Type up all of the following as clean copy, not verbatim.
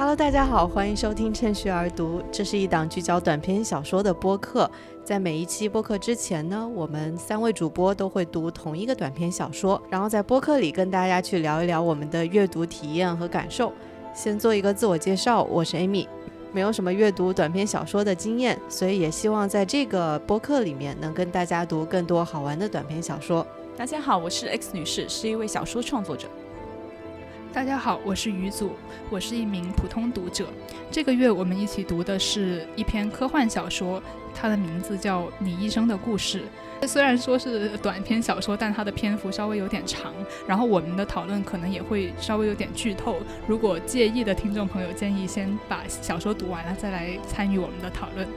Hello， 大家好，欢迎收听趁虚而读，这是一档聚焦短篇小说的播客。在每一期播客之前呢，我们3位主播都会读同一个短篇小说，然后在播客里跟大家去聊一聊我们的阅读体验和感受。先做一个自我介绍，我是 Amy， 没有什么阅读短篇小说的经验，所以也希望在这个播客里面能跟大家读更多好玩的短篇小说。 大家好，我是 X 女士，是一位小说创作者。 大家好，我是于祖，我是一名普通读者。这个月我们一起读的是一篇科幻小说，它的名字叫《你一生的故事》。虽然说是短篇小说，但它的篇幅稍微有点长，然后我们的讨论可能也会稍微有点剧透。如果介意的听众朋友，建议先把小说读完了再来参与我们的讨论。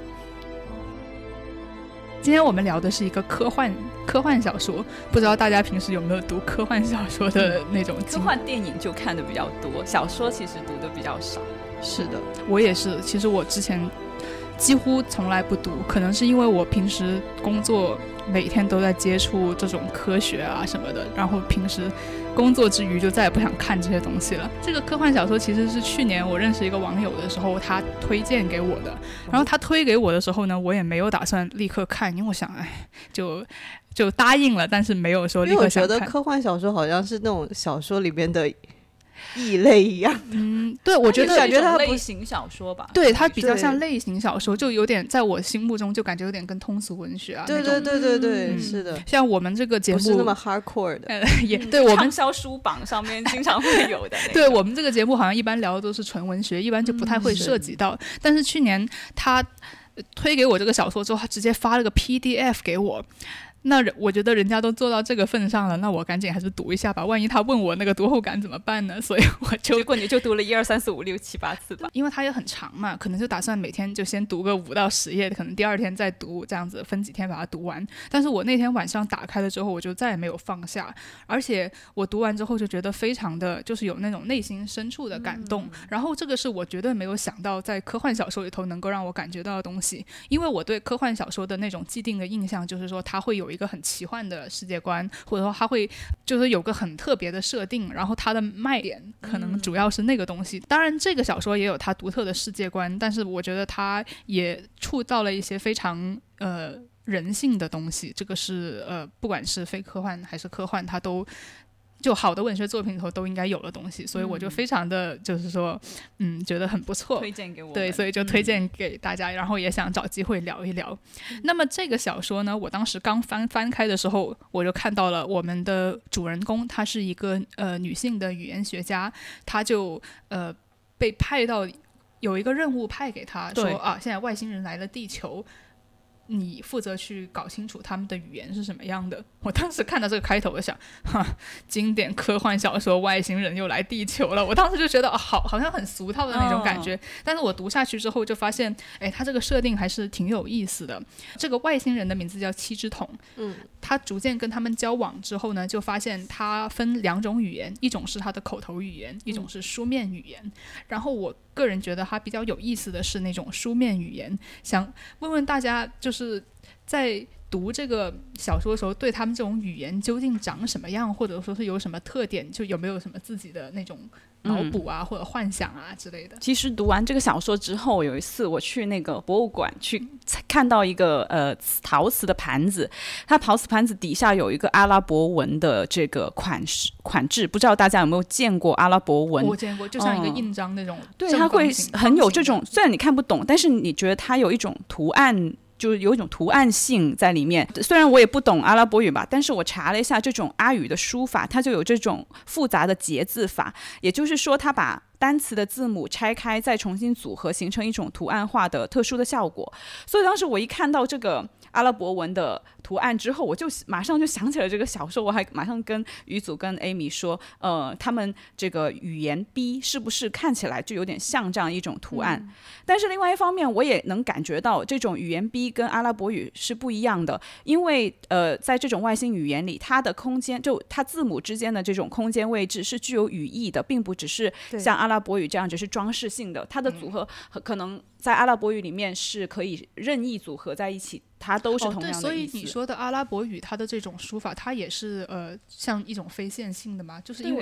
今天我们聊的是一个科幻小说，不知道大家平时有没有读科幻小说的那种科幻电影就看的比较多，小说其实读的比较少。 是的， 我也是，其实我之前几乎从来不读，可能是因为我平时工作每天都在接触这种科学啊什么的，然后平时工作之余就再也不想看这些东西了。这个科幻小说其实是去年我认识一个网友的时候他推荐给我的，然后他推给我的时候呢，我也没有打算立刻看，因为我想就答应了，但是没有说立刻想看。 因为我觉得科幻小说好像是那种小说里面的异类一样。 对，我觉得感觉它类型小说吧， 对，它比较像类型小说，就有点在我心目中就感觉有点跟通俗文学啊。 对，是的。 像我们这个节目不是那么 hardcore 的， 也对，我们畅销书榜上面经常会有的。 对，我们这个节目好像一般聊的都是纯文学，一般就不太会涉及到。但是去年他推给我这个小说之后，他直接发了个 PDF 给我。那我觉得人家都做到这个份上了，那我赶紧还是读一下吧，万一他问我那个读后感怎么办呢？所以结果你就读了1、2、3、4、5、6、7、8次吧， 因为它也很长嘛，可能就打算每天就先读个5到10页，可能第二天再读，这样子分几天把它读完。但是我那天晚上打开了之后，我就再也没有放下，而且我读完之后就觉得非常的就是有那种内心深处的感动。然后这个是我绝对没有想到在科幻小说里头能够让我感觉到的东西，因为我对科幻小说的那种既定的印象就是说它会有一个很奇幻的世界观，或者说它会就是有个很特别的设定，然后它的卖点可能主要是那个东西。当然这个小说也有它独特的世界观，但是我觉得它也触到了一些非常人性的东西，这个是不管是非科幻还是科幻，它都就好的文学作品里头都应该有的东西，所以我就非常的就是说觉得很不错， 推荐给我。 对，所以就推荐给大家，然后也想找机会聊一聊。那么这个小说呢，我当时刚翻开的时候，我就看到了我们的主人公，她是一个女性的语言学家，她就被派到有一个任务派给她，说啊，现在外星人来了地球，你负责去搞清楚他们的语言是什么样的。我当时看到这个开头，我想，经典科幻小说外星人又来地球了。我当时就觉得好像很俗套的那种感觉，但是我读下去之后就发现，他这个设定还是挺有意思的。这个外星人的名字叫七只桶，他逐渐跟他们交往之后呢，就发现他分2种语言，一种是他的口头语言，一种是书面语言。然后我个人觉得他比较有意思的是那种书面语言，想问问大家，就是在读这个小说的时候，对他们这种语言究竟长什么样，或者说是有什么特点，就有没有什么自己的那种脑补啊，或者幻想啊之类的。 其实读完这个小说之后，有一次我去那个博物馆去看到一个陶瓷的盘子，它陶瓷盘子底下有一个阿拉伯文的这个款制，不知道大家有没有见过阿拉伯文？ 我见过，就像一个印章那种， 对，它会很有这种，虽然你看不懂，但是你觉得它有一种图案，就是有一种图案性在里面。虽然我也不懂阿拉伯语吧，但是我查了一下这种阿语的书法，它就有这种复杂的节字法，也就是说它把单词的字母拆开再重新组合，形成一种图案化的特殊的效果。所以当时我一看到这个阿拉伯文的图案之后，我就马上就想起了这个小说，我还马上跟于祖跟 Amy 说，他们这个语言 B 是不是看起来就有点像这样一种图案？但是另外一方面，我也能感觉到这种语言 B 跟阿拉伯语是不一样的，因为在这种外星语言里，它的空间就它字母之间的这种空间位置是具有语义的，并不只是像阿拉伯语这样只是装饰性的，它的组合可能在阿拉伯语里面是可以任意组合在一起，它都是同样的意思。 所以你说的阿拉伯语，它的这种书法，它也是像一种非线性的嘛？就是因为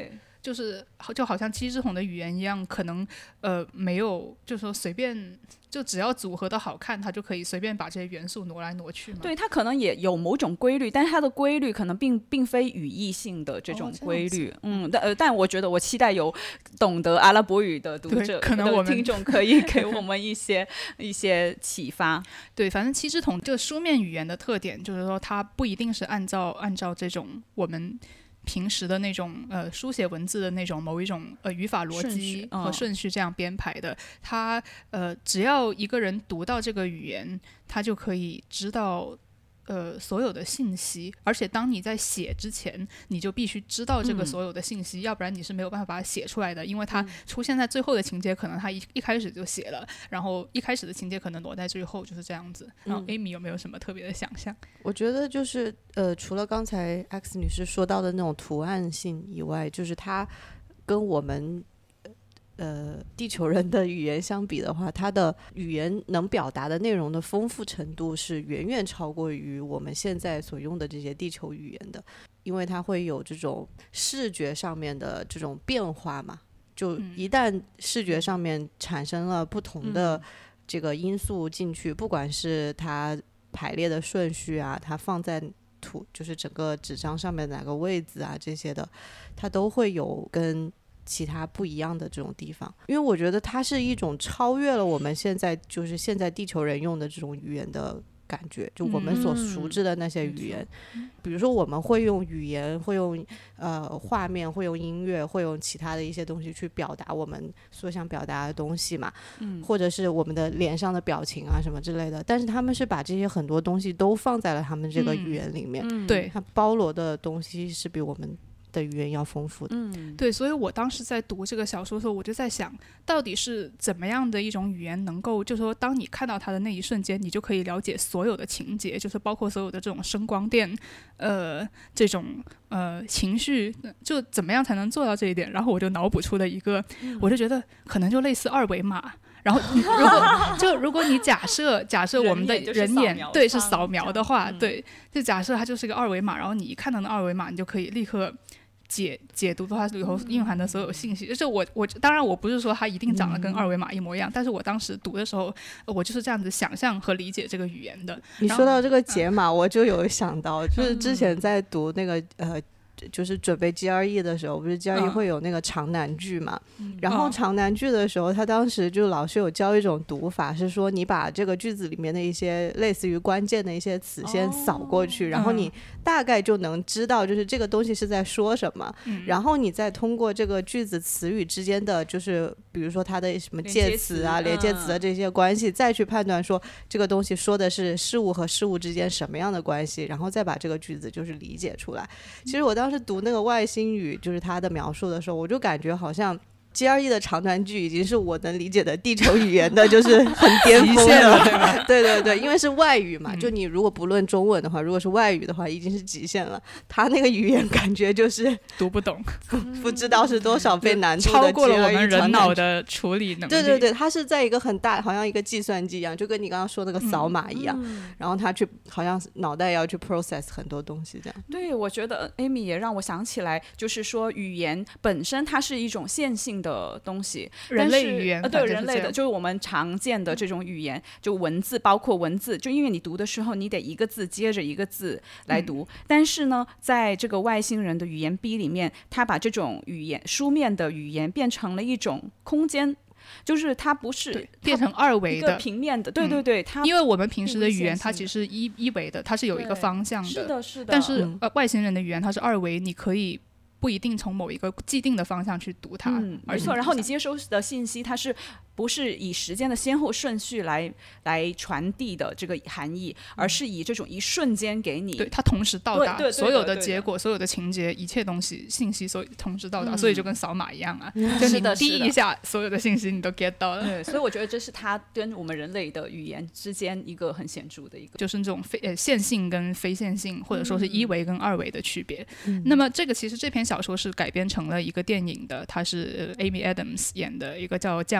就好像七只桶的语言一样，可能没有就是说随便就只要组合的好看，它就可以随便把这些元素挪来挪去嘛。 对，它可能也有某种规律，但是它的规律可能并非语义性的这种规律。但我觉得我期待有懂得阿拉伯语的读者， 可能我们听众可以给我们一些启发。 对，反正七只桶这个书面语言的特点就是说，它不一定是按照这种我们平时的那种书写文字的那种某一种语法逻辑和顺序这样编排的。它只要一个人读到这个语言，他就可以知道所有的信息，而且当你在写之前，你就必须知道这个所有的信息，要不然你是没有办法把它写出来的，因为它出现在最后的情节，可能它一开始就写了，然后一开始的情节可能挪在最后，就是这样子。然后 Amy 有没有什么特别的想象？ 我觉得就是除了刚才 X 女士说到的那种图案性以外，就是它跟我们地球人的语言相比的话，它的语言能表达的内容的丰富程度是远远超过于我们现在所用的这些地球语言的，因为它会有这种视觉上面的这种变化嘛，就一旦视觉上面产生了不同的这个因素进去，不管是它排列的顺序啊，它放在就是整个纸张上面哪个位置啊，这些的，它都会有跟其他不一样的这种地方。因为我觉得它是一种超越了我们现在地球人用的这种语言的感觉，就我们所熟知的那些语言，比如说我们会用语言，会用画面，会用音乐，会用其他的一些东西去表达我们所想表达的东西嘛，或者是我们的脸上的表情啊什么之类的，但是他们是把这些很多东西都放在了他们这个语言里面， 对， 它包罗的东西是比我们的语言要丰富的。 对，所以我当时在读这个小说的时候，我就在想，到底是怎么样的一种语言能够，就是说，当你看到它的那一瞬间，你就可以了解所有的情节，就是包括所有的这种声光电，这种情绪，就怎么样才能做到这一点？然后我就脑补出了一个，我就觉得可能就类似二维码。然后如果你假设我们的人眼对是扫描的话，对，就假设它就是个二维码，然后你一看到那二维码，你就可以立刻解读它里头蕴含的所有信息。就是我当然我不是说它一定长得跟二维码一模一样，但是我当时读的时候，我就是这样子想象和理解这个语言的。 你说到这个解码，我就有想到，就是之前在读那个就是准备 GRE 的时候，不是 GRE 会有那个长难句嘛，然后长难句的时候，他当时就老师有教一种读法，是说你把这个句子里面的一些类似于关键的一些词先扫过去，然后你大概就能知道就是这个东西是在说什么，然后你再通过这个句子词语之间的就是比如说它的什么介词啊连接词的这些关系，再去判断说这个东西说的是事物和事物之间什么样的关系，然后再把这个句子就是理解出来。其实我当时读那个外星语就是它的描述的时候，我就感觉好像 GRE 的长难句已经是我能理解的地球语言的就是很巅峰的对对对，因为是外语嘛，就你如果不论中文的话，如果是外语的话已经是极限了，他那个语言感觉就是读不懂不知道是多少倍难度的 GRE 超过了我们人脑的处理能力。 对对对，它是在一个很大好像一个计算机一样，就跟你刚刚说那个扫码一样，然后他去好像脑袋要去 process 很多东西这样。 对，我觉得 Amy 也让我想起来，就是说语言本身它是一种线性的东西， 人类语言对人类的就是我们常见的这种语言，就文字包括文字，就因为你读的时候你得一个字接着一个字来读，但是呢在这个外星人的语言 B 里面，他把这种语言书面的语言变成了一种空间，就是它不是变成二维的平面的，对对对，它因为我们平时的语言它其实是一维的，它是有一个方向的， 是的是的， 但是外星人的语言它是二维，你可以不一定从某一个既定的方向去读它， 没错，然后你接收的信息它是不是以时间的先后顺序来传递的这个含义，而是以这种一瞬间给你， 对，它同时到达， 对所有的结果，所有的情节，一切东西信息所同时到达，所以就跟扫码一样啊，就你滴一下，所有的信息你都 get 到了。 对，所以我觉得这是它跟我们人类的语言之间一个很显著的一个， 就是这种线性跟非线性，或者说是一维跟二维的区别。那么这个其实这篇小说是改编成了一个电影的，它是Amy Adams 演的一个叫《降临》的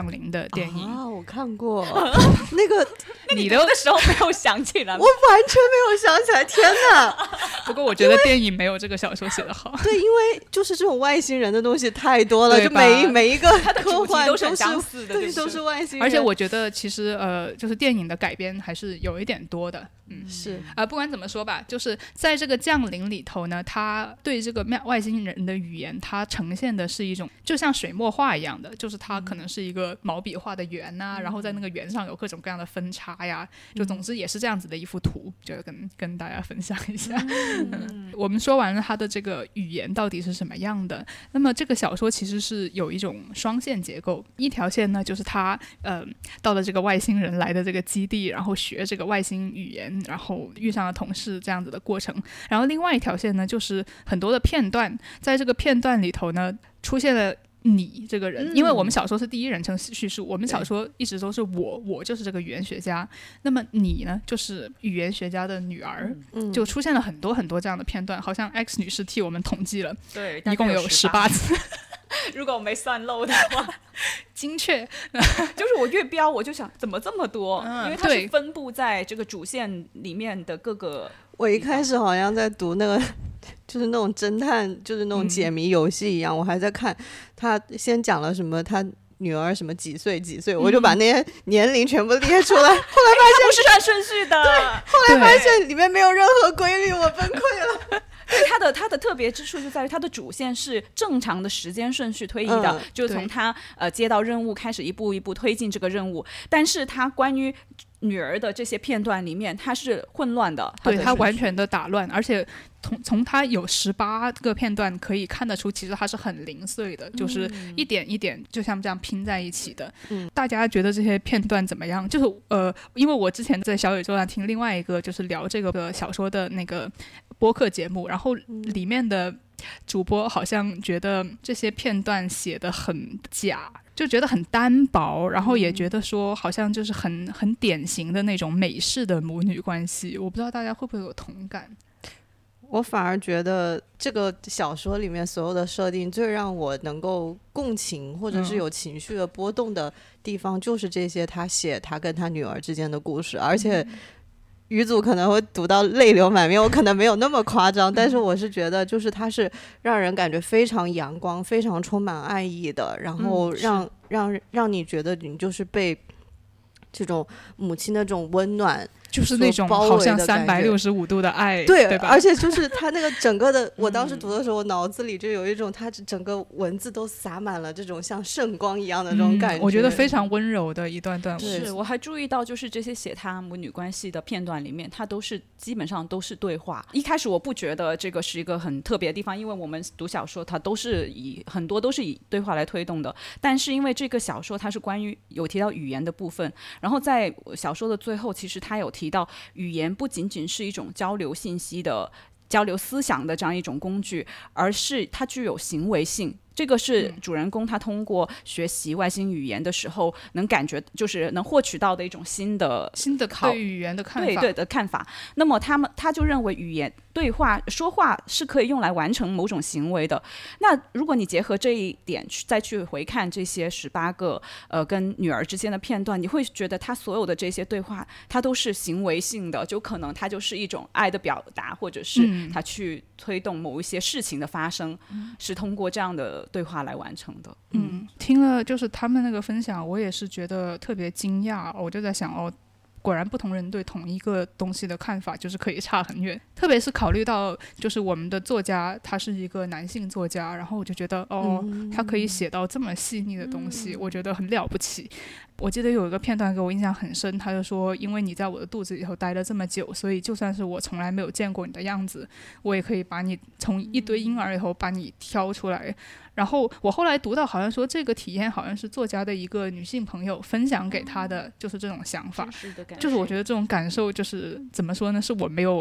的电影我看过那个你读的时候没有想起来吗？ 我完全没有想起来，天哪！ 不过我觉得电影没有这个小说写得好。 对，因为就是这种外星人的东西太多了，就每一个科幻都是很相似的， 对，都是外星人。 而且我觉得其实就是电影的改编还是有一点多的。 是不管怎么说吧，就是在这个降临里头呢，他对这个外星人的语言，它呈现的是一种就像水墨画一样的，就是它可能是一个毛笔画的圆呐，然后在那个圆上有各种各样的分叉呀，就总之也是这样子的一幅图，就跟大家分享一下。我们说完了它的这个语言到底是什么样的，那么这个小说其实是有一种双线结构，一条线呢就是他到了这个外星人来的这个基地，然后学这个外星语言，然后遇上了同事这样子的过程，然后另外一条线呢就是很多的片段，在这个片段里头呢出现了你这个人，因为我们小说是第一人称叙述，我们小说一直都是我就是这个语言学家，那么你呢就是语言学家的女儿，就出现了很多很多这样的片段，好像 X 女士替我们统计了， 对， 一共有18次。 如果我没算漏的话， 精确。 就是我越标我就想怎么这么多，因为它是对分布在这个主线里面的各个。 我一开始好像在读那个就是那种侦探，就是那种解谜游戏一样，我还在看他先讲了什么他女儿什么几岁，我就把那些年龄全部列出来，后来发现不是按顺序的， 后来发现里面没有任何规律，我崩溃了。 对，它的特别之处就在于它的主线是正常的时间顺序推移的，就从他接到任务开始一步一步推进这个任务，但是他关于女儿的这些片段里面它是混乱的， 对，它完全的打乱，而且从它有18个片段可以看得出，其实它是很零碎的，就是一点一点就像这样拼在一起的。大家觉得这些片段怎么样？就是因为我之前在小宇宙上听另外一个就是聊这个小说的那个播客节目，然后里面的主播好像觉得这些片段写得很假，就觉得很单薄，然后也觉得说好像就是很典型的那种美式的母女关系，我不知道大家会不会有同感。 我反而觉得这个小说里面所有的设定最让我能够共情或者是有情绪的波动的地方，就是这些他写他跟他女儿之间的故事，而且语组可能会读到泪流满面，我可能没有那么夸张，但是我是觉得就是它是让人感觉非常阳光非常充满爱意的，然后让你觉得你就是被这种母亲的这种温暖， 就是那种好像365度的爱，对吧？ 而且就是他那个整个的我当时读的时候，我脑子里就有一种他整个文字都洒满了这种像圣光一样的这种感觉， 我觉得非常温柔的一段段。 是，我还注意到就是这些写他母女关系的片段里面，它都是基本上都是对话。一开始我不觉得这个是一个很特别的地方，因为我们读小说它都是很多都是以对话来推动的，但是因为这个小说它是关于有提到语言的部分，然后在小说的最后其实它有提到语言不仅仅是一种交流信息的交流思想的这样一种工具，而是它具有行为性。这个是主人公他通过学习外星语言的时候能感觉，就是能获取到的一种新的对语言的看法， 对的看法。那么他就认为语言对话说话是可以用来完成某种行为的。那如果你结合这一点再去回看这些18个跟女儿之间的片段，你会觉得他所有的这些对话它都是行为性的，就可能它就是一种爱的表达，或者是他去推动某一些事情的发生，是通过这样的对话来完成的。 听了就是他们那个分享，我也是觉得特别惊讶，我就在想果然不同人对同一个东西的看法就是可以差很远，特别是考虑到就是我们的作家他是一个男性作家，然后我就觉得他可以写到这么细腻的东西，我觉得很了不起。我记得有一个片段给我印象很深，他就说因为你在我的肚子里头待了这么久，所以就算是我从来没有见过你的样子，我也可以把你从一堆婴儿里头把你挑出来。然后我后来读到好像说这个体验好像是作家的一个女性朋友分享给他的，就是这种想法，就是我觉得这种感受就是怎么说呢，是我没有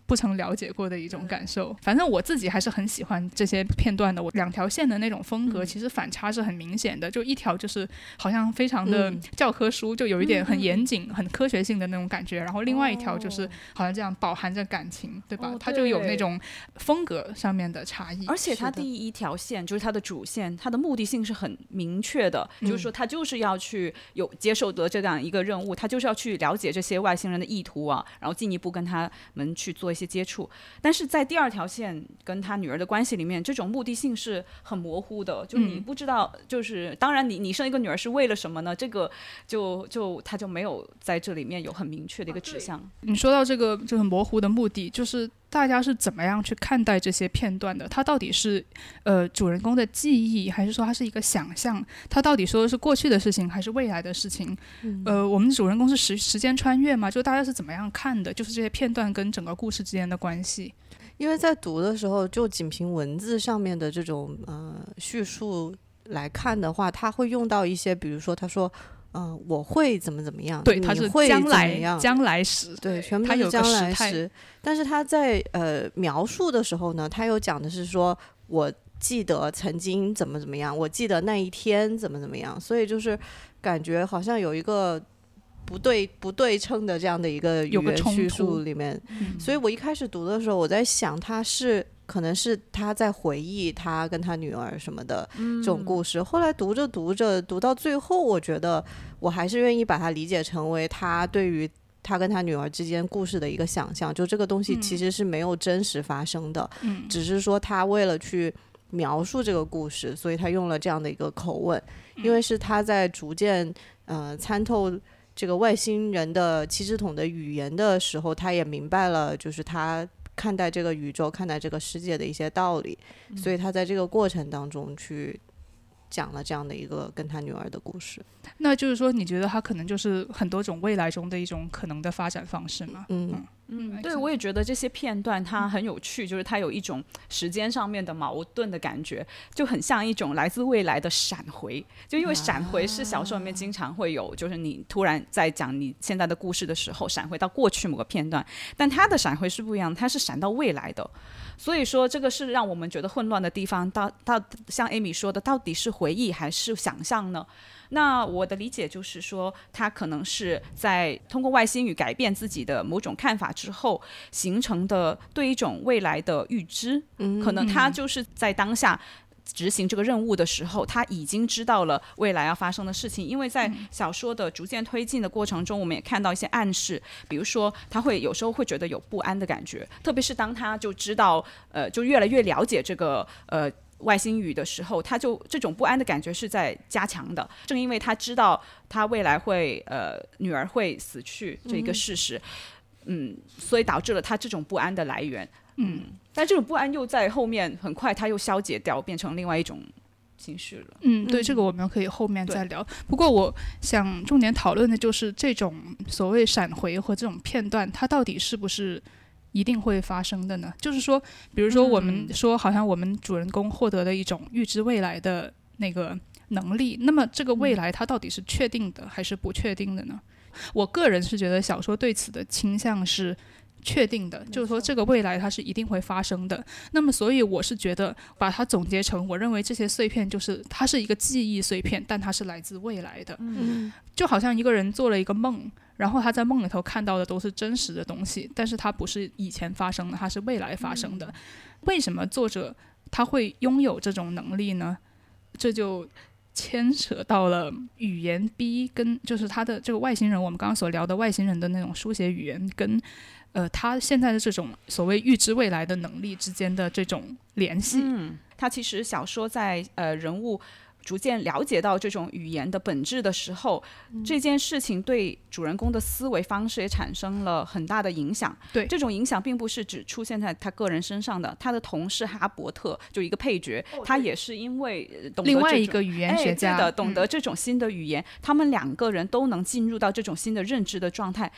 不曾了解过的一种感受。反正我自己还是很喜欢这些片段的。我两条线的那种风格其实反差是很明显的，就一条就是好像非常的教科书，就有一点很严谨很科学性的那种感觉，然后另外一条就是好像这样饱含着感情，对吧？它就有那种风格上面的差异。 而且它第一条线就是它的主线，它的目的性是很明确的，就是说它就是要去接受的这样一个任务，它就是要去了解这些外星人的意图啊，然后进一步跟他们去做一些接触。但是在第二条线跟他女儿的关系里面，这种目的性是很模糊的，就你不知道，就是当然你生一个女儿是为了什么呢？这个他就没有在这里面有很明确的一个指向。 你说到这个就很模糊的目的，就是大家是怎么样去看待这些片段的？它到底是主人公的记忆，还是说它是一个想象？它到底说的是过去的事情还是未来的事情？我们主人公是时间穿越吗？就大家是怎么样看的？就是这些片段跟整个故事之间的关系。 因为在读的时候，就仅凭文字上面的这种叙述来看的话，他会用到一些，比如说他说我会怎么样， 对，它是将来时， 对，全部都是将来时。但是他在描述的时候呢，他又讲的是说我记得曾经怎么样，我记得那一天怎么样，所以就是感觉好像有一个不对称的这样的一个语言叙述里面。所以我一开始读的时候，我在想他可能是他在回忆他跟他女儿什么的这种故事。后来读着读到最后，我觉得我还是愿意把它理解成为他对于他跟他女儿之间故事的一个想象，就这个东西其实是没有真实发生的，只是说他为了去描述这个故事，所以他用了这样的一个口吻。因为是他在逐渐参透这个外星人的七支筒的语言的时候，他也明白了就是他看待这个宇宙看待这个世界的一些道理，所以他在这个过程当中去讲了这样的一个跟他女儿的故事。 那就是说你觉得他可能就是很多种未来中的一种可能的发展方式吗？ 对，我也觉得这些片段它很有趣，就是它有一种时间上面的矛盾的感觉，就很像一种来自未来的闪回。就因为闪回是小说里面经常会有，就是你突然在讲你现在的故事的时候闪回到过去某个片段，但它的闪回是不一样，它是闪到未来的。所以说这个是让我们觉得混乱的地方，到像 Amy 说的，到底是回忆还是想象呢？那我的理解就是说，他可能是在通过外星语改变自己的某种看法之后形成的对一种未来的预知。可能他就是在当下执行这个任务的时候，他已经知道了未来要发生的事情。因为在小说的逐渐推进的过程中，我们也看到一些暗示，比如说他会有时候会觉得有不安的感觉，特别是当他就知道就越来越了解这个外星语的时候，他就这种不安的感觉是在加强的。正因为他知道他未来会女儿会死去这个事实，所以导致了他这种不安的来源。但这种不安又在后面很快他又消解掉，变成另外一种情绪了。 对，这个我们可以后面再聊。不过我想重点讨论的就是这种所谓闪回和这种片段，它到底是不是一定会发生的呢？就是说比如说我们说好像我们主人公获得了一种预知未来的那个能力，那么这个未来它到底是确定的还是不确定的呢？我个人是觉得小说对此的倾向是确定的，就是说这个未来它是一定会发生的。那么所以我是觉得把它总结成，我认为这些碎片就是它是一个记忆碎片，但它是来自未来的。就好像一个人做了一个梦，然后他在梦里头看到的都是真实的东西，但是它不是以前发生的，它是未来发生的。为什么作者他会拥有这种能力呢？这就牵扯到了语言逼跟就是他的这个外星人，我们刚刚所聊的外星人的那种书写语言跟他现在的这种所谓预知未来的能力之间的这种联系。 他其实小说在人物逐渐了解到这种语言的本质的时候，这件事情对主人公的思维方式也产生了很大的影响。 对， 这种影响并不是只出现在他个人身上的，他的同事哈伯特就一个配角，他也是因为懂得另外一个语言学家， 懂得这种新的语言，他们两个人都能进入到这种新的认知的状态。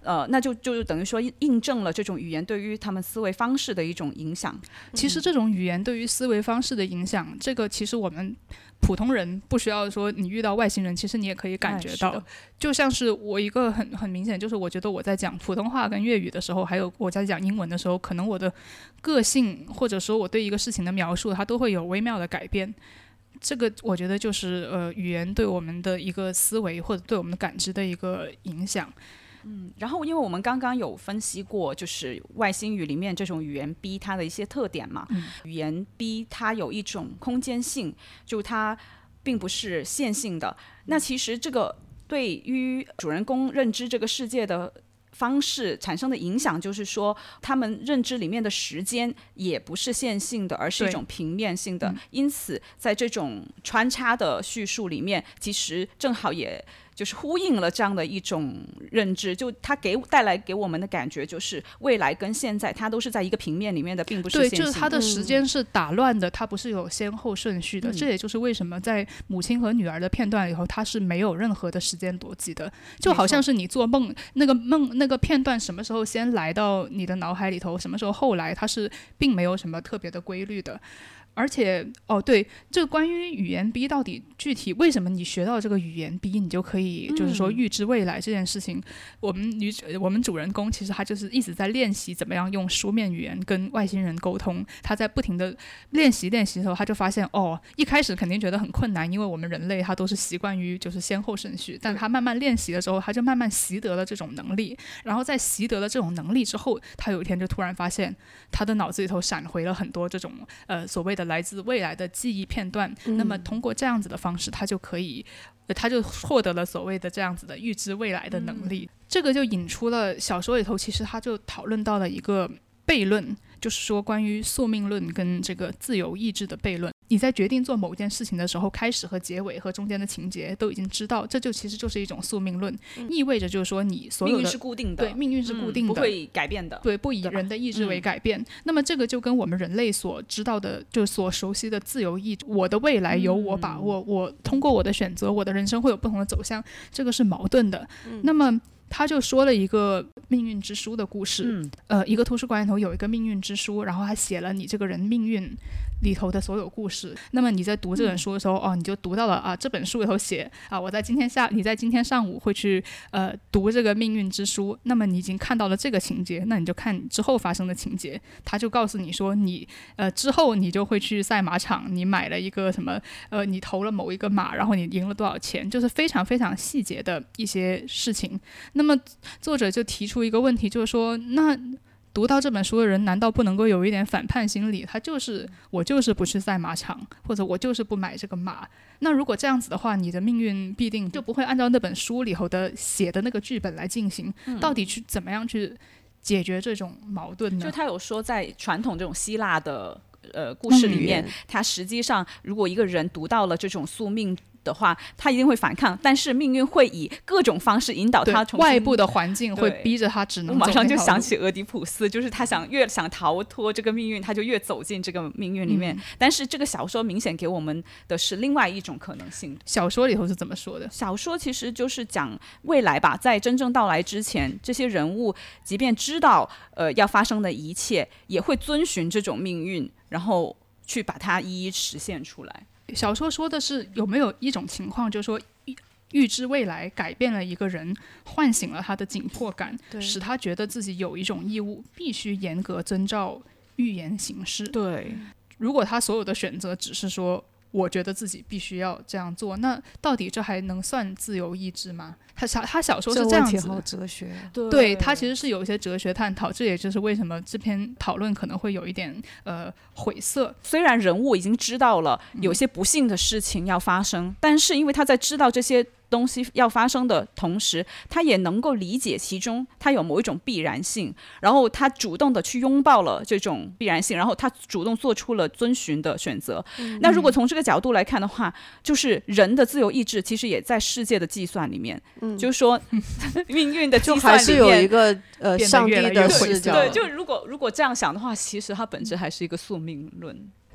那就等于说印证了这种语言对于他们思维方式的一种影响。 其实这种语言对于思维方式的影响，这个其实我们普通人不需要说你遇到外星人，其实你也可以感觉到。就像是我一个很明显，就是我觉得我在讲普通话跟粤语的时候，还有我在讲英文的时候，可能我的个性或者说我对一个事情的描述，它都会有微妙的改变。这个我觉得就是语言对我们的一个思维或者对我们的感知的一个影响。 然后因为我们刚刚有分析过，就是外星语里面这种语言 B 它的一些特点嘛，语言 B 它有一种空间性，就它并不是线性的。那其实这个对于主人公认知这个世界的方式产生的影响，就是说他们认知里面的时间也不是线性的，而是一种平面性的。因此在这种穿插的叙述里面，其实正好也就是呼应了这样的一种认知，就它带来给我们的感觉就是未来跟现在它都是在一个平面里面的，并不是线性的。 对，就是它的时间是打乱的，它不是有先后顺序的。这也就是为什么在母亲和女儿的片段里头，它是没有任何的时间逻辑的，就好像是你做梦那个片段什么时候先来到你的脑海里头，什么时候后来，它是并没有什么特别的规律的。而且对，这个关于语言 B 到底具体为什么你学到这个语言 B 你就可以就是说预知未来这件事情，我们主人公其实他就是一直在练习怎么样用书面语言跟外星人沟通。他在不停的练习的时候，他就发现一开始肯定觉得很困难，因为我们人类他都是习惯于就是先后顺序，但他慢慢练习的时候，他就慢慢习得了这种能力。然后在习得了这种能力之后，他有一天就突然发现他的脑子里头闪回了很多这种所谓的来自未来的记忆片段。那么通过这样子的方式，他就获得了所谓的这样子的预知未来的能力。这个就引出了小说里头，其实他就讨论到了一个悖论，就是说关于宿命论跟这个自由意志的悖论。你在决定做某件事情的时候，开始和结尾和中间的情节都已经知道，这就其实就是一种宿命论。意味着就是说你所有的命运是固定的， 对，命运是固定的， 不会改变的， 对，不以人的意志为改变。那么这个就跟我们人类所知道的，就所熟悉的自由意志，我的未来由我把握，我通过我的选择，我的人生会有不同的走向，这个是矛盾的。那么他就说了一个命运之书的故事。一个图书馆里头有一个命运之书，然后他写了你这个人命运里头的所有故事。那么你在读这本书的时候，你就读到了这本书里头写你在今天上午会去读这个命运之书。那么你已经看到了这个情节，那你就看之后发生的情节。他就告诉你说，你之后你就会去赛马场，你买了一个什么你投了某一个马，然后你赢了多少钱，就是非常非常细节的一些事情。那么作者就提出一个问题，就是说，那读到这本书的人难道不能够有一点反叛心理？我就是不去赛马场，或者我就是不买这个马。那如果这样子的话，你的命运必定就不会按照那本书里头的写的那个剧本来进行。到底去怎么样去解决这种矛盾呢？ 就他有说，在传统这种希腊的故事里面，他实际上如果一个人读到了这种宿命的话，他一定会反抗，但是命运会以各种方式引导他重新， 外部的环境会逼着他只能走。 我马上就想起俄狄浦斯，就是他越想逃脱这个命运，他就越走进这个命运里面。但是这个小说明显给我们的是另外一种可能性。 小说里头是怎么说的？ 小说其实就是讲未来吧，在真正到来之前，这些人物即便知道要发生的一切，也会遵循这种命运，然后去把它一一实现出来。 小说说的是有没有一种情况，就是说预知未来改变了一个人，唤醒了他的紧迫感，使他觉得自己有一种义务必须严格遵照预言行事。 对， 如果他所有的选择只是说我觉得自己必须要这样做，那到底这还能算自由意志吗？他小说是这样子， 这问题好哲学。 对，他其实是有一些哲学探讨，这也就是为什么这篇讨论可能会有一点晦涩。 虽然人物已经知道了有些不幸的事情要发生，但是因为他在知道这些东西要发生的同时，他也能够理解其中他有某一种必然性，然后他主动的去拥抱了这种必然性，然后他主动做出了遵循的选择。那如果从这个角度来看的话，就是人的自由意志其实也在世界的计算里面，就是说命运的计算里面就还是有一个上帝的视角。 对，就如果这样想的话，其实它本质还是一个宿命论。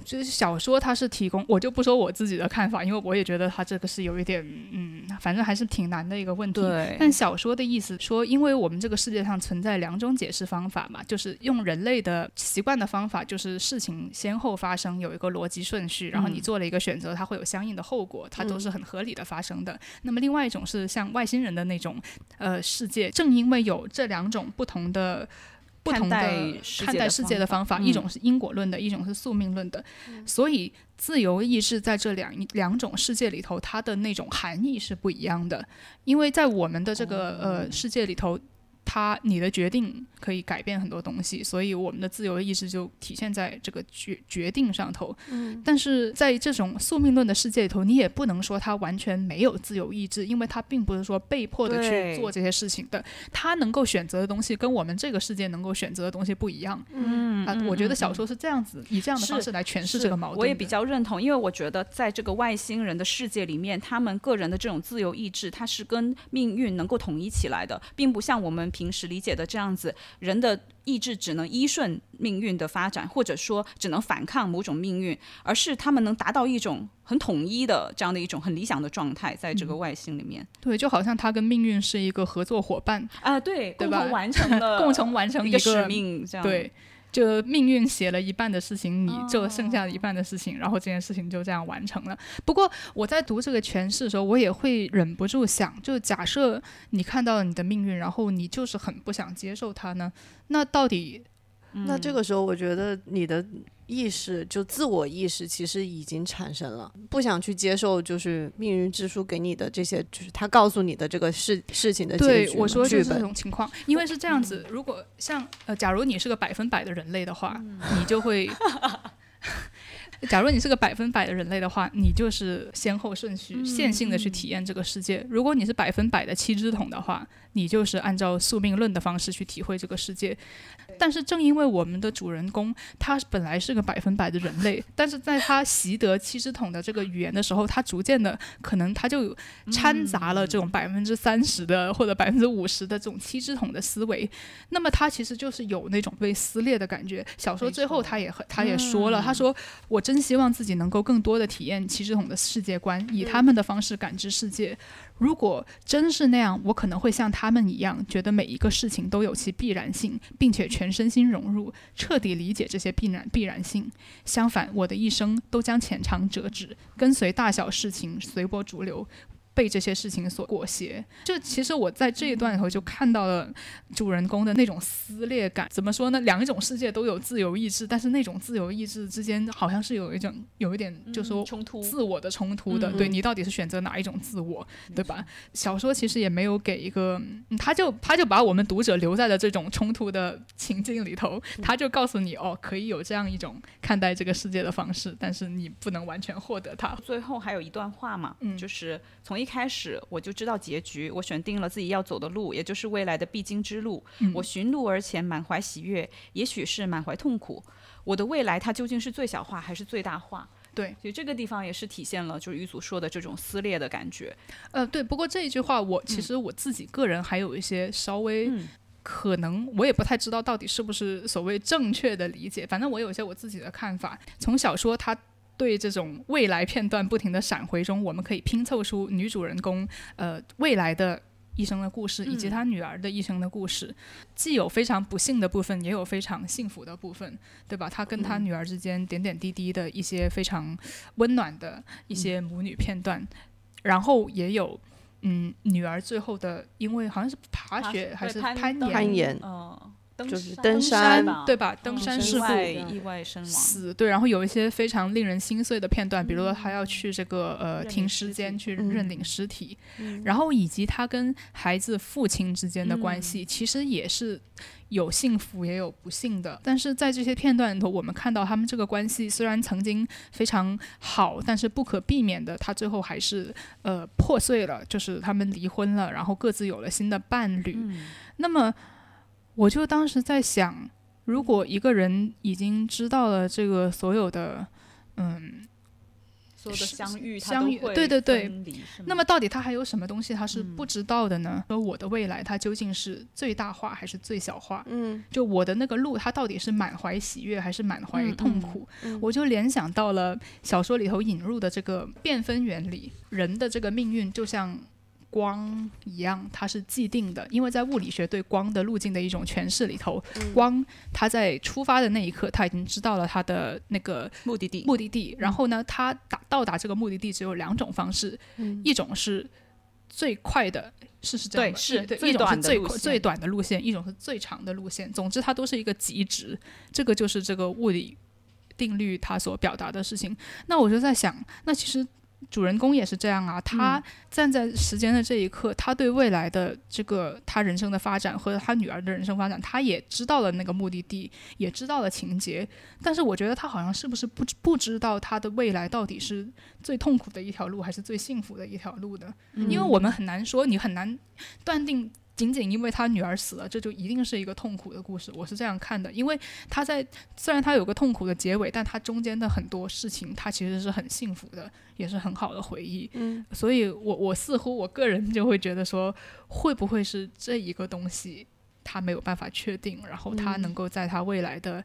就是小说它是提供，我就不说我自己的看法，因为我也觉得它这个是有一点反正还是挺难的一个问题。 对， 但小说的意思说，因为我们这个世界上存在2种解释方法嘛，就是用人类的习惯的方法，就是事情先后发生有一个逻辑顺序，然后你做了一个选择，它会有相应的后果，它都是很合理的发生的。那么另外一种是像外星人的那种世界，正因为有这2种不同的看待世界的方法，一种是因果论的，一种是宿命论的，所以自由意志在这两种世界里头，它的那种含义是不一样的。因为在我们的这个世界里头，你的决定可以改变很多东西，所以我们的自由意志就体现在这个决定上头。但是在这种宿命论的世界里头，你也不能说他完全没有自由意志，因为他并不是说被迫的去做这些事情的，他能够选择的东西跟我们这个世界能够选择的东西不一样。我觉得小说是这样子，以这样的方式来诠释这个矛盾。 我也比较认同，因为我觉得在这个外星人的世界里面，他们个人的这种自由意志，它是跟命运能够统一起来的，并不像我们平时理解的这样子，人的意志只能依顺命运的发展，或者说只能反抗某种命运，而是他们能达到一种很统一的这样的一种很理想的状态，在这个外星里面。 对，就好像他跟命运是一个合作伙伴啊，对， 对吧？ 共同完成了共同完成一个使命，这样对。就命运写了一半的事情，你就剩下的一半的事情，然后这件事情就这样完成了。不过我在读这个诠释的时候，我也会忍不住想，就假设你看到了你的命运，然后你就是很不想接受它呢，那到底那这个时候我觉得你的意识，就自我意识其实已经产生了，不想去接受就是命运之书给你的这些，就是他告诉你的这个事情的结局。 对，我说就是这种情况，因为是这样子，如果像假如你是个100%的人类的话，你就会假如你是个100%的人类的话，你就是先后顺序线性的去体验这个世界。如果你是100%的七支筒的话，你就是按照宿命论的方式去体会这个世界。但是正因为我们的主人公他本来是个100%的人类，但是在他习得七支筒的这个语言的时候，他逐渐的可能他就掺杂了这种30%的或者50%的这种七支筒的思维，那么他其实就是有那种被撕裂的感觉。小说最后他也说了，他说我真希望自己能够更多的体验七支筒的世界观，以他们的方式感知世界。如果真是那样，我可能会像他们一样，觉得每一个事情都有其必然性，并且全身心融入，彻底理解这些必然性。相反，我的一生都将浅尝辄止，跟随大小事情随波逐流，被这些事情所裹挟。就其实我在这一段里头就看到了主人公的那种撕裂感。怎么说呢？两种世界都有自由意志，但是那种自由意志之间好像是有一点就说冲突， 自我的冲突的。对，你到底是选择哪一种自我，对吧？小说其实也没有给一个，他就把我们读者留在了这种冲突的情境里头，他就告诉你可以有这样一种看待这个世界的方式，但是你不能完全获得它。 最后还有一段话嘛，就是从一开始我就知道结局，我选定了自己要走的路，也就是未来的必经之路。我寻路而前，满怀喜悦，也许是满怀痛苦。我的未来它究竟是最小化还是最大化？ 对， 所以这个地方也是体现了就是于祖说的这种撕裂的感觉。 对，不过这一句话其实我自己个人还有一些稍微可能我也不太知道到底是不是所谓正确的理解，反正我有一些我自己的看法。从小说它对这种未来片段不停的闪回中，我们可以拼凑出女主人公未来的一生的故事，以及她女儿的一生的故事，既有非常不幸的部分，也有非常幸福的部分，对吧？她跟她女儿之间点点滴滴的一些非常温暖的一些母女片段，然后也有女儿最后的因为好像是爬雪还是攀岩就是登山对吧？登山事故意外身亡死，对，然后有一些非常令人心碎的片段，比如说他要去这个停尸间去认领尸体，然后以及他跟孩子父亲之间的关系，其实也是有幸福也有不幸的。但是在这些片段里头，我们看到他们这个关系虽然曾经非常好，但是不可避免的，他最后还是破碎了，就是他们离婚了，然后各自有了新的伴侣。那么我就当时在想，如果一个人已经知道了这个所有的所有的相遇它相遇都会对对对分离是吗？ 那么到底他还有什么东西他是不知道的呢？说我的未来它究竟是最大化还是最小化？就我的那个路它到底是满怀喜悦还是满怀痛苦？我就联想到了小说里头引入的这个变分原理，人的这个命运就像光一样，它是既定的，因为在物理学对光的路径的一种诠释里头，光它在出发的那一刻，它已经知道了它的那个目的地， 然后呢，它到达这个目的地只有2种方式，一种是最快的，是这样的，对， 最一种是最短的路线，一种是最长的路线，总之它都是一个极值，这个就是这个物理定律它所表达的事情。那我就在想，那其实主人公也是这样啊，他站在时间的这一刻，他对未来的这个他人生的发展和他女儿的人生发展，他也知道了那个目的地，也知道了情节，但是我觉得他好像是不是不知道他的未来到底是最痛苦的一条路还是最幸福的一条路的，因为我们很难说，你很难断定仅仅因为他女儿死了，这就一定是一个痛苦的故事。我是这样看的，因为虽然他有个痛苦的结尾，但他中间的很多事情，他其实是很幸福的，也是很好的回忆。所以我似乎我个人就会觉得说，会不会是这一个东西，他没有办法确定，然后他能够在他未来的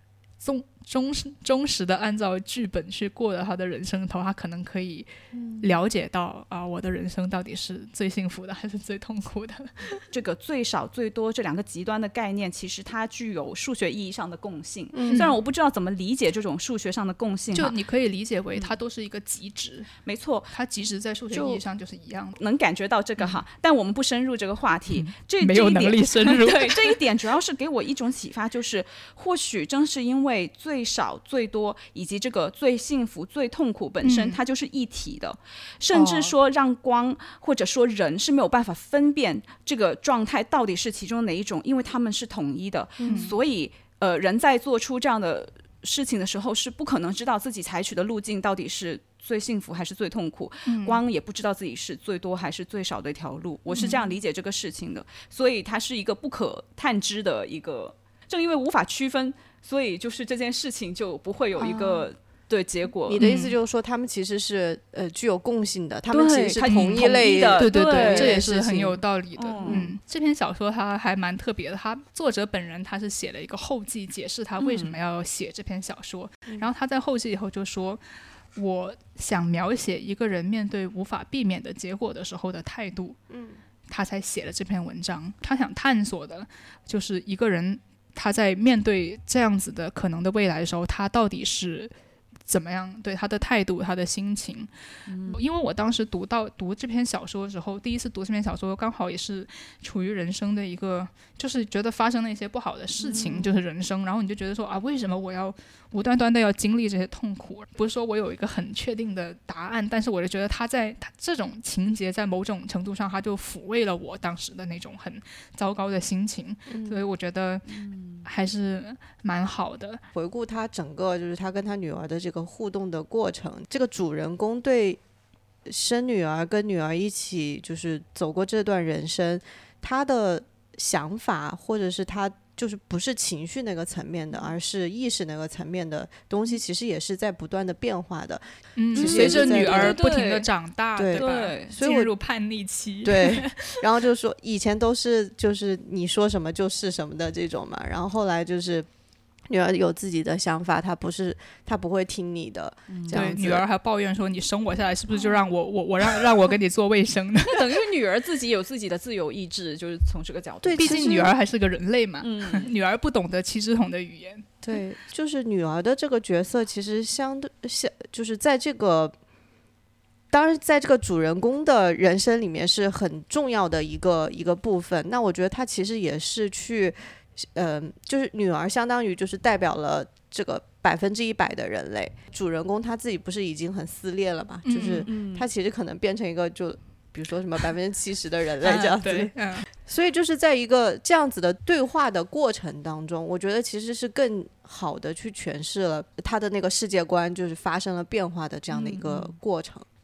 忠实的按照剧本去过了他的人生头，他可能可以了解到我的人生到底是最幸福的还是最痛苦的。 这个最少最多这两个极端的概念，其实它具有数学意义上的共性。虽然我不知道怎么理解这种数学上的共性， 就你可以理解为它都是一个极值， 没错， 它极值在数学意义上就是一样的， 能感觉到这个哈。但我们不深入这个话题， 没有能力深入。 对，这一点主要是给我一种启发，就是或许正是因为最少最多以及这个最幸福最痛苦本身它就是一体的，甚至说让光或者说人是没有办法分辨这个状态到底是其中哪一种，因为他们是统一的，所以人在做出这样的事情的时候是不可能知道自己采取的路径到底是最幸福还是最痛苦，光也不知道自己是最多还是最少的一条路，我是这样理解这个事情的，所以它是一个不可探知的一个，正因为无法区分，所以就是这件事情就不会有一个对结果。 你的意思就是说他们其实是具有共性的，他们其实是同一类的， 对， 对， 这也是很有道理的。这篇小说它还蛮特别的，他作者本人他是写了一个后记解释他为什么要写这篇小说，然后他在后记以后就说，我想描写一个人面对无法避免的结果的时候的态度，他才写了这篇文章。他想探索的就是一个人他在面对这样子的可能的未来的时候，他到底是怎么样，对他的态度他的心情。因为我当时读这篇小说的时候，第一次读这篇小说刚好也是处于人生的一个，就是觉得发生了一些不好的事情，就是人生，然后你就觉得说为什么我要无端端的要经历这些痛苦，不是说我有一个很确定的答案，但是我就觉得他这种情节在某种程度上他就抚慰了我当时的那种很糟糕的心情，所以我觉得还是蛮好的。 回顾他整个就是他跟他女儿的这个互动的过程，这个主人公对生女儿跟女儿一起就是走过这段人生，他的想法或者是他就是不是情绪那个层面的，而是意识那个层面的东西，其实也是在不断的变化的。 随着女儿不停的长大，对吧？ 所以进入叛逆期。 对，然后就是说以前都是就是你说什么就是什么的这种嘛，然后后来就是女儿有自己的想法，她不会听你的，这样子。 对，女儿还抱怨说你生我下来是不是就让我给你做卫生呢？ 等于女儿自己有自己的自由意志，就是从这个角度。 对，毕竟女儿还是个人类嘛，女儿不懂得七只桶的语言。 对，就是女儿的这个角色其实就是在这个。当然在这个主人公的人生里面是很重要的一个部分，那我觉得他其实也是去就是女儿相当于就是代表了这个100%的人类，主人公他自己不是已经很撕裂了嘛，就是他其实可能变成一个就比如说什么70%的人类这样子，所以就是在一个这样子的对话的过程当中，我觉得其实是更好的去诠释了他的那个世界观就是发生了变化的这样的一个过程。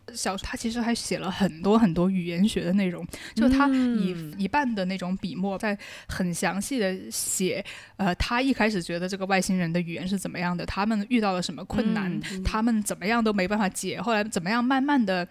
小说他其实还写了很多很多语言学的内容，就是他以一半的那种笔墨在很详细的写他一开始觉得这个外星人的语言是怎么样的，他们遇到了什么困难，他们怎么样都没办法解，后来怎么样慢慢的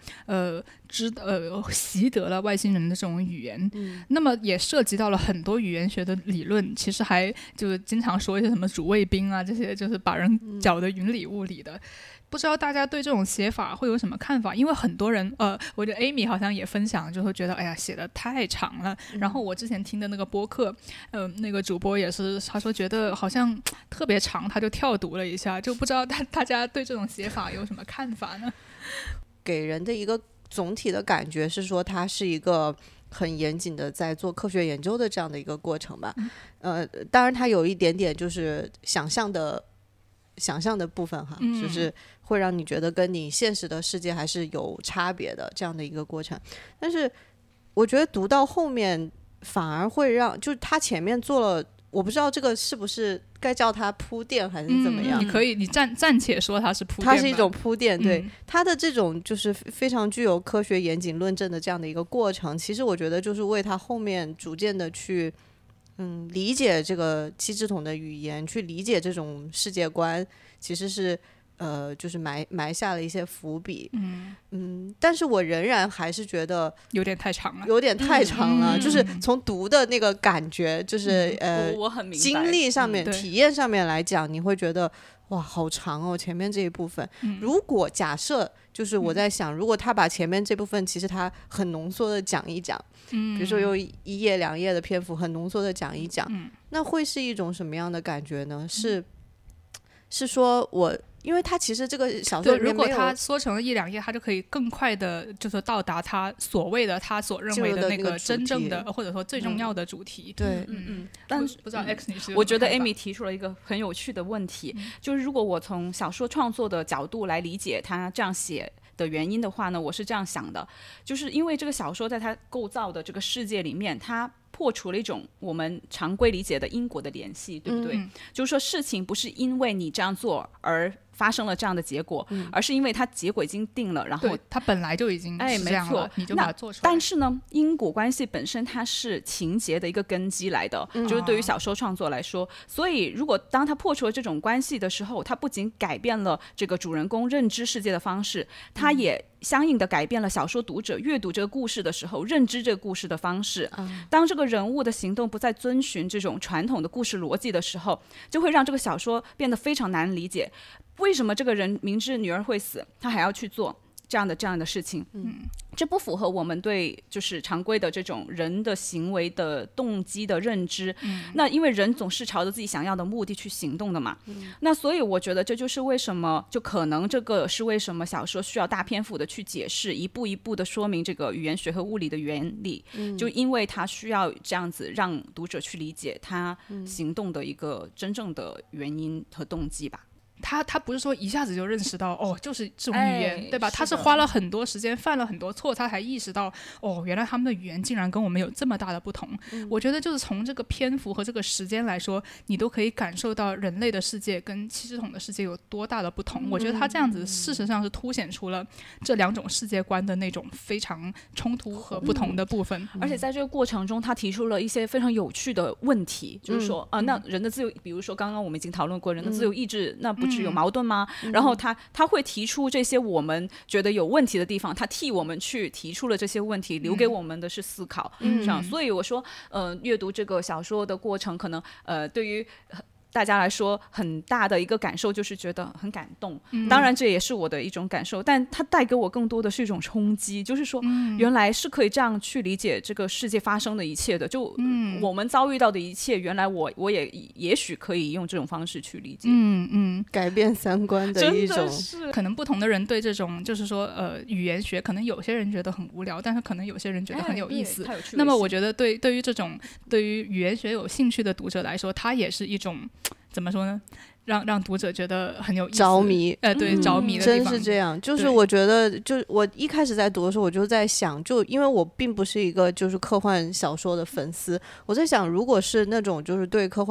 习得了外星人的这种语言，那么也涉及到了很多语言学的理论，其实还就经常说一些什么主谓宾啊，这些就是把人搅得云里雾里的。不知道大家对这种写法会有什么看法？因为很多人我觉得 Amy 好像也分享，就会觉得哎呀写得太长了。然后我之前听的那个播客那个主播也是，他说觉得好像特别长，他就跳读了一下，就不知道大家对这种写法有什么看法呢？ 给人的一个总体的感觉是说它是一个很严谨的在做科学研究的这样的一个过程吧。当然它有一点点就是想象的部分哈，就是会让你觉得跟你现实的世界还是有差别的这样的一个过程。但是我觉得读到后面反而会让，就是他前面做了，我不知道这个是不是该叫它铺垫还是怎么样。 你可以，你暂且说它是铺垫吧， 它是一种铺垫，对，它的这种就是非常具有科学严谨论证的这样的一个过程，其实我觉得就是为他后面逐渐的去理解这个七支筒的语言，去理解这种世界观，其实是就是埋下了一些伏笔。但是我仍然还是觉得有点太长了，就是从读的那个感觉，就是我很明白， 经历上面、体验上面来讲，你会觉得哇好长哦，前面这一部分。如果假设就是我在想，如果他把前面这部分其实他很浓缩的讲一讲，比如说用1页2页的篇幅很浓缩的讲一讲，那会是一种什么样的感觉呢？是说因为他其实这个小说里面如果他缩成了1、2页，他就可以更快的就是到达他所谓的他所认为的那个真正的或者说最重要的主题。 对， 但不知道 X 女士， 我觉得 Amy 提出了一个很有趣的问题，就是如果我从小说创作的角度来理解他这样写的原因的话呢，我是这样想的，就是因为这个小说在它构造的这个世界里面，它破除了一种我们常规理解的因果的联系，对不对？就是说事情不是因为你这样做而发生了这样的结果，而是因为它结果已经定了，然后它本来就已经是这样了，你就把它做出来。 但是呢，因果关系本身它是情节的一个根基来的，就是对于小说创作来说，所以如果当它破除了这种关系的时候，它不仅改变了这个主人公认知世界的方式，它也相应的改变了小说读者阅读这个故事的时候认知这个故事的方式。当这个人物的行动不再遵循这种传统的故事逻辑的时候，就会让这个小说变得非常难理解。为什么这个人明知女儿会死，他还要去做这样的事情？这不符合我们对就是常规的这种人的行为的动机的认知。那因为人总是朝着自己想要的目的去行动的嘛。那所以我觉得这就是为什么，就可能这个是为什么小说需要大篇幅的去解释，一步一步的说明这个语言学和物理的原理，就因为它需要这样子让读者去理解他行动的一个真正的原因和动机吧。 他不是说一下子就认识到就是这种语言，对吧？他是花了很多时间，犯了很多错，他才意识到原来他们的语言竟然跟我们有这么大的不同。我觉得就是从这个篇幅和这个时间来说，你都可以感受到人类的世界跟七支筒的世界有多大的不同。我觉得他这样子事实上是凸显出了这两种世界观的那种非常冲突和不同的部分。 而且在这个过程中，他提出了一些非常有趣的问题，就是说那人的自由，比如说刚刚我们已经讨论过人的自由意志，那不是有矛盾吗？然后他会提出这些我们觉得有问题的地方，他替我们去提出了这些问题，留给我们的是思考。这样，所以我说阅读这个小说的过程，可能对于大家来说很大的一个感受就是觉得很感动，当然这也是我的一种感受，但它带给我更多的是一种冲击，就是说原来是可以这样去理解这个世界发生的一切的，就我们遭遇到的一切，原来我也许可以用这种方式去理解。 改变三观的一种， 可能不同的人对这种就是说语言学，可能有些人觉得很无聊，但是可能有些人觉得很有意思。那么我觉得对于这种对于语言学有兴趣的读者来说，它也是一种怎么说呢？让读者觉得很有意思， 着迷， 对，着迷的地方， 真是这样。就是我觉得，就我一开始在读的时候，我就在想，就因为我并不是一个就是科幻小说的粉丝，我在想，如果是那种就是对科幻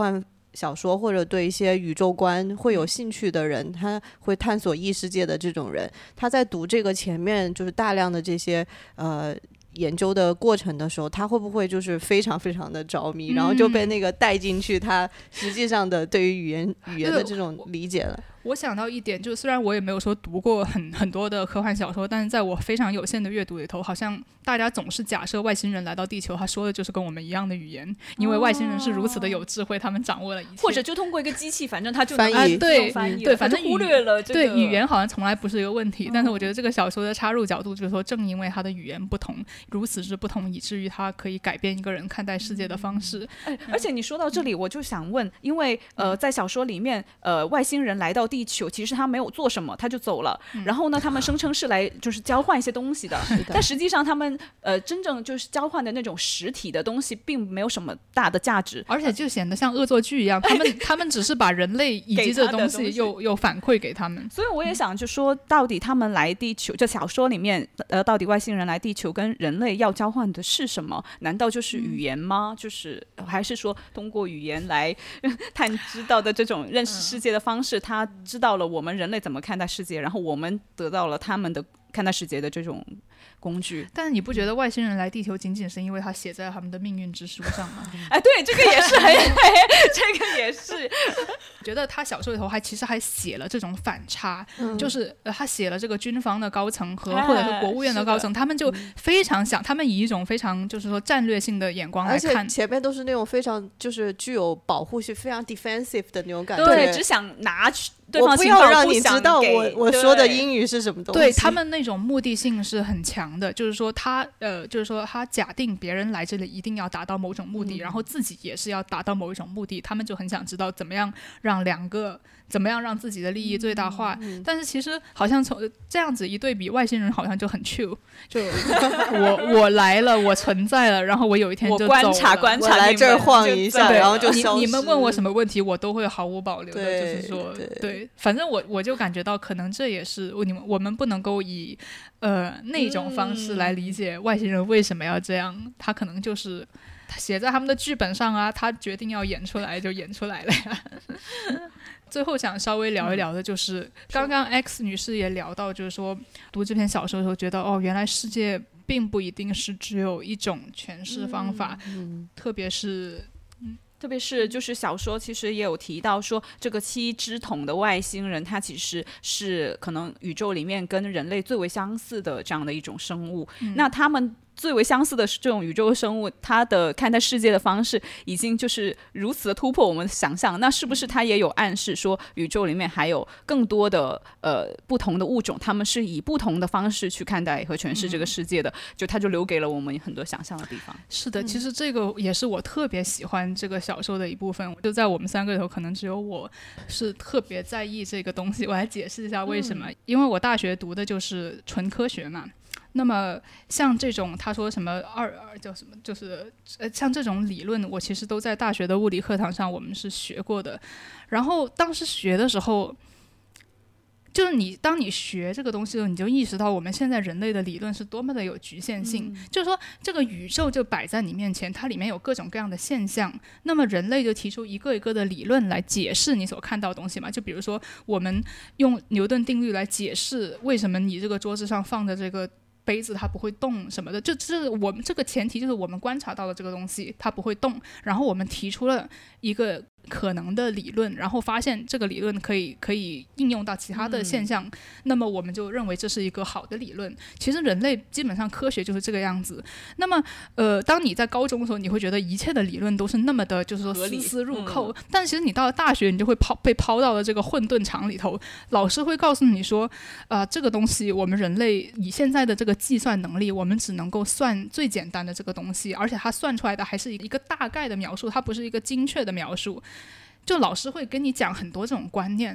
小说或者对一些宇宙观会有兴趣的人，他会探索异世界的这种人，他在读这个前面就是大量的这些研究的过程的时候，他会不会就是非常非常的着迷，然后就被那个带进去他实际上的对于语言的这种理解了。 我想到一点，就虽然我也没有说读过很多的科幻小说，但是在我非常有限的阅读里头，好像大家总是假设外星人来到地球，他说的就是跟我们一样的语言，因为外星人是如此的有智慧，他们掌握了一切， 或者就通过一个机器，反正他就能翻译， 对，反正忽略了这个， 对，语言好像从来不是一个问题，但是我觉得这个小说的插入角度就是说，正因为他的语言不同，如此之不同，以至于他可以改变一个人看待世界的方式。 而且你说到这里，我就想问，因为在小说里面，外星人来到地球，其实他没有做什么，他就走了。然后呢，他们声称是来就是交换一些东西的，但实际上他们真正就是交换的那种实体的东西，并没有什么大的价值， 而且就显得像恶作剧一样。他们只是把人类以及这东西又反馈给他们。 所以我也想就说，到底他们来地球，这小说里面到底外星人来地球跟人类要交换的是什么？难道就是语言吗？就是还是说通过语言来知道的这种认识世界的方式，他知道了我们人类怎么看待世界，然后我们得到了他们的看待世界的这种工具。 但是你不觉得外星人来地球仅仅是因为他写在他们的命运之书上吗？ 哎，对，这个也是这个也是。 我觉得他小说里头其实还写了这种反差，就是他写了这个军方的高层和或者是国务院的高层，他们就非常想，他们以一种非常就是说战略性的眼光来看， 而且前面都是那种非常就是具有保护性、非常 defensive 的那种感觉， 对，只想拿对方我不情报， 要让你知道我说的英语是什么东西。 对，他们那种目的性是很强的，就是说他假定别人来这里一定要达到某种目的，然后自己也是要达到某一种目的，他们就很想知道怎么样让自己的利益最大化。但是其实好像从这样子一对比，外星人好像就很 chill， 就我来了，我存在了，然后我有一天就走了， 我观察我来这儿晃一下，然后就消失。 你们问我什么问题，我都会毫无保留的，就是说对，反正我就感觉到，可能这也是我们不能够以那种方式来理解外星人为什么要这样，他可能就是他写在他们的剧本上啊，他决定要演出来就演出来了呀。最后想稍微聊一聊的就是，刚刚 X 女士也聊到，就是说读这篇小说的时候觉得，原来世界并不一定是只有一种诠释方法，特别是就是小说其实也有提到说，这个7只桶的外星人，它其实是可能宇宙里面跟人类最为相似的这样的一种生物。那他们最为相似的这种宇宙生物，它的看待世界的方式已经就是如此的突破我们的想象，那是不是它也有暗示说宇宙里面还有更多的不同的物种，他们是以不同的方式去看待和诠释这个世界的，就它就留给了我们很多想象的地方。 是的，其实这个也是我特别喜欢这个小说的一部分，就在我们3个里头可能只有我是特别在意这个东西。我来解释一下为什么，因为我大学读的就是纯科学嘛，那么像这种他说什么叫什么，就是像这种理论，我其实都在大学的物理课堂上我们是学过的。然后当时学的时候，就是当你学这个东西的时候，你就意识到我们现在人类的理论是多么的有局限性。就是说这个宇宙就摆在你面前，它里面有各种各样的现象，那么人类就提出一个一个的理论来解释你所看到的东西嘛。就比如说我们用牛顿定律来解释为什么你这个桌子上放的这个杯子它不会动什么的，就是我们这个前提就是我们观察到的这个东西它不会动，然后我们提出了一个可能的理论，然后发现这个理论可以应用到其他的现象，那么我们就认为这是一个好的理论。其实人类基本上科学就是这个样子。那么当你在高中的时候，你会觉得一切的理论都是那么的就是说丝丝入扣，但其实你到了大学，你就会被抛到了这个混沌场里头，老师会告诉你说这个东西我们人类以现在的这个计算能力，我们只能够算最简单的这个东西，而且它算出来的还是一个大概的描述，它不是一个精确的描述。就老师会跟你讲很多这种观念，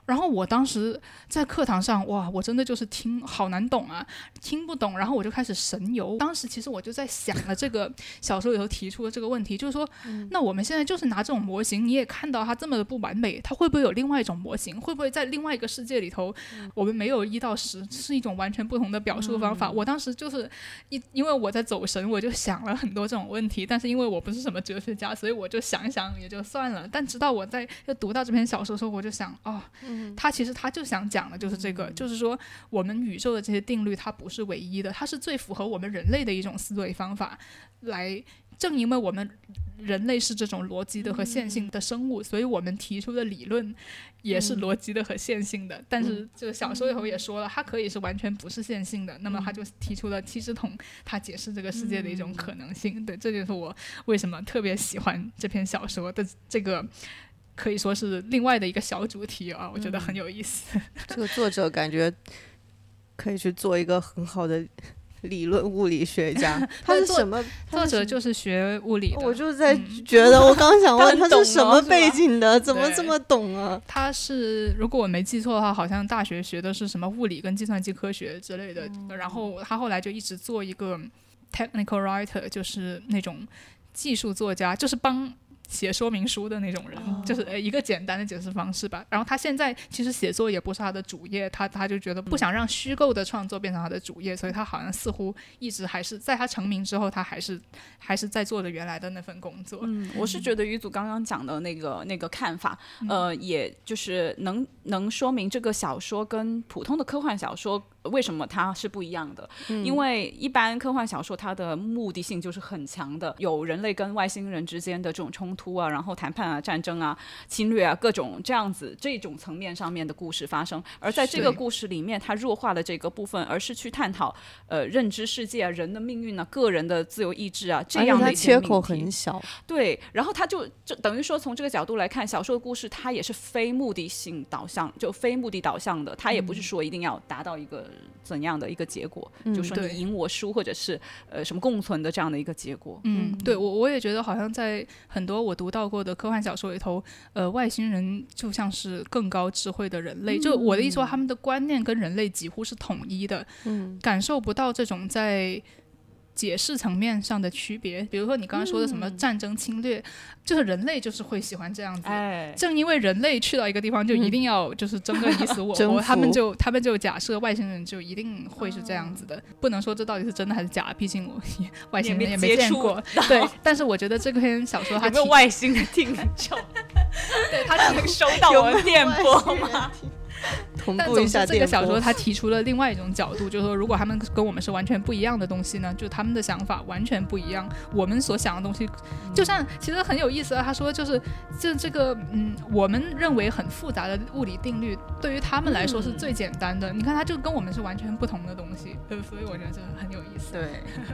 然后我当时在课堂上，哇，我真的就是听好难懂啊，听不懂，然后我就开始神游。当时其实我就在想了这个小说里头提出的这个问题，就是说，那我们现在就是拿这种模型，你也看到它这么的不完美，它会不会有另外一种模型？会不会在另外一个世界里头，我们没有1到10，是一种完全不同的表述方法？我当时就是因为我在走神，我就想了很多这种问题，但是因为我不是什么哲学家，所以我就想一想也就算了。但直到我在读到这篇小说的时候，我就想，他其实他就想讲的就是这个，就是说我们宇宙的这些定律它不是唯一的，它是最符合我们人类的一种思维方法。正因为我们人类是这种逻辑的和线性的生物，所以我们提出的理论也是逻辑的和线性的。但是这个小说里头也说了，它可以是完全不是线性的，那么他就提出了七支筒，它解释这个世界的一种可能性。对，这就是我为什么特别喜欢这篇小说的这个可以说是另外的一个小主题啊，我觉得很有意思。 这个作者感觉可以去做一个很好的理论物理学家。他是什么？ 作者就是学物理的。 我就在觉得，我刚想问他是什么背景的，怎么这么懂啊？ 他是，如果我没记错的话，好像大学学的是什么物理跟计算机科学之类的。然后他后来就一直做一个 technical writer， 就是那种技术作家，就是帮写说明书的那种人，就是一个简单的解释方式吧。然后他现在其实写作也不是他的主业，他就觉得不想让虚构的创作变成他的主业，所以他好像似乎一直还是在他成名之后，他还是在做着原来的那份工作。 我是觉得于祖刚刚讲的那个看法，也就是能说明这个小说跟普通的科幻小说为什么它是不一样的。因为一般科幻小说它的目的性就是很强的，有人类跟外星人之间的这种冲突啊，然后谈判啊、战争啊、侵略啊，各种这种层面上面的故事发生。而在这个故事里面，它弱化了这个部分，而是去探讨认知世界啊、人的命运啊、个人的自由意志啊这样的一些命题。 缺口很小。 对，然后它就等于说从这个角度来看，小说的故事它也是非目的性导向，就非目的导向的，它也不是说一定要达到一个怎样的一个结果，就说你赢我输或者是什么共存的这样的一个结果。 对，我也觉得好像在很多我读到过的科幻小说里头，外星人就像是更高智慧的人类，就我的意思说他们的观念跟人类几乎是统一的，感受不到这种在解释层面上的区别。比如说你刚刚说的什么战争侵略，就是人类就是会喜欢这样子，正因为人类去到一个地方就一定要就是争个你死我活，他们就假设外星人就一定会是这样子的。不能说这到底是真的还是假，毕竟我外星人也没见过。对，但是我觉得这篇小说它有没有外星的听众？对，他能收到我的电波吗？ 但总之这个小说他提出了另外一种角度，就是说如果他们跟我们是完全不一样的东西呢，就他们的想法完全不一样，我们所想的东西就像其实很有意思啊。他说就是这个我们认为很复杂的物理定律对于他们来说是最简单的，你看它就跟我们是完全不同的东西，所以我觉得这很有意思。 对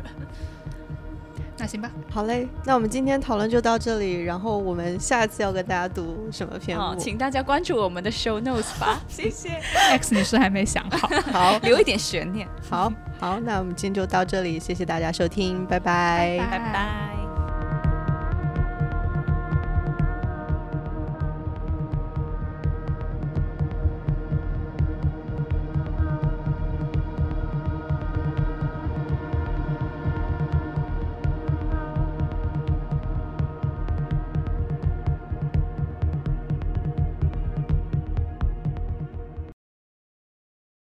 那行吧， 好嘞，那我们今天讨论就到这里，然后我们下次要跟大家读什么篇目， 请大家关注我们的 show notes 吧。谢谢。 X 女士还没想好， 好， 留一点悬念。 好，那我们今天就到这里，谢谢大家收听，拜拜， 拜拜。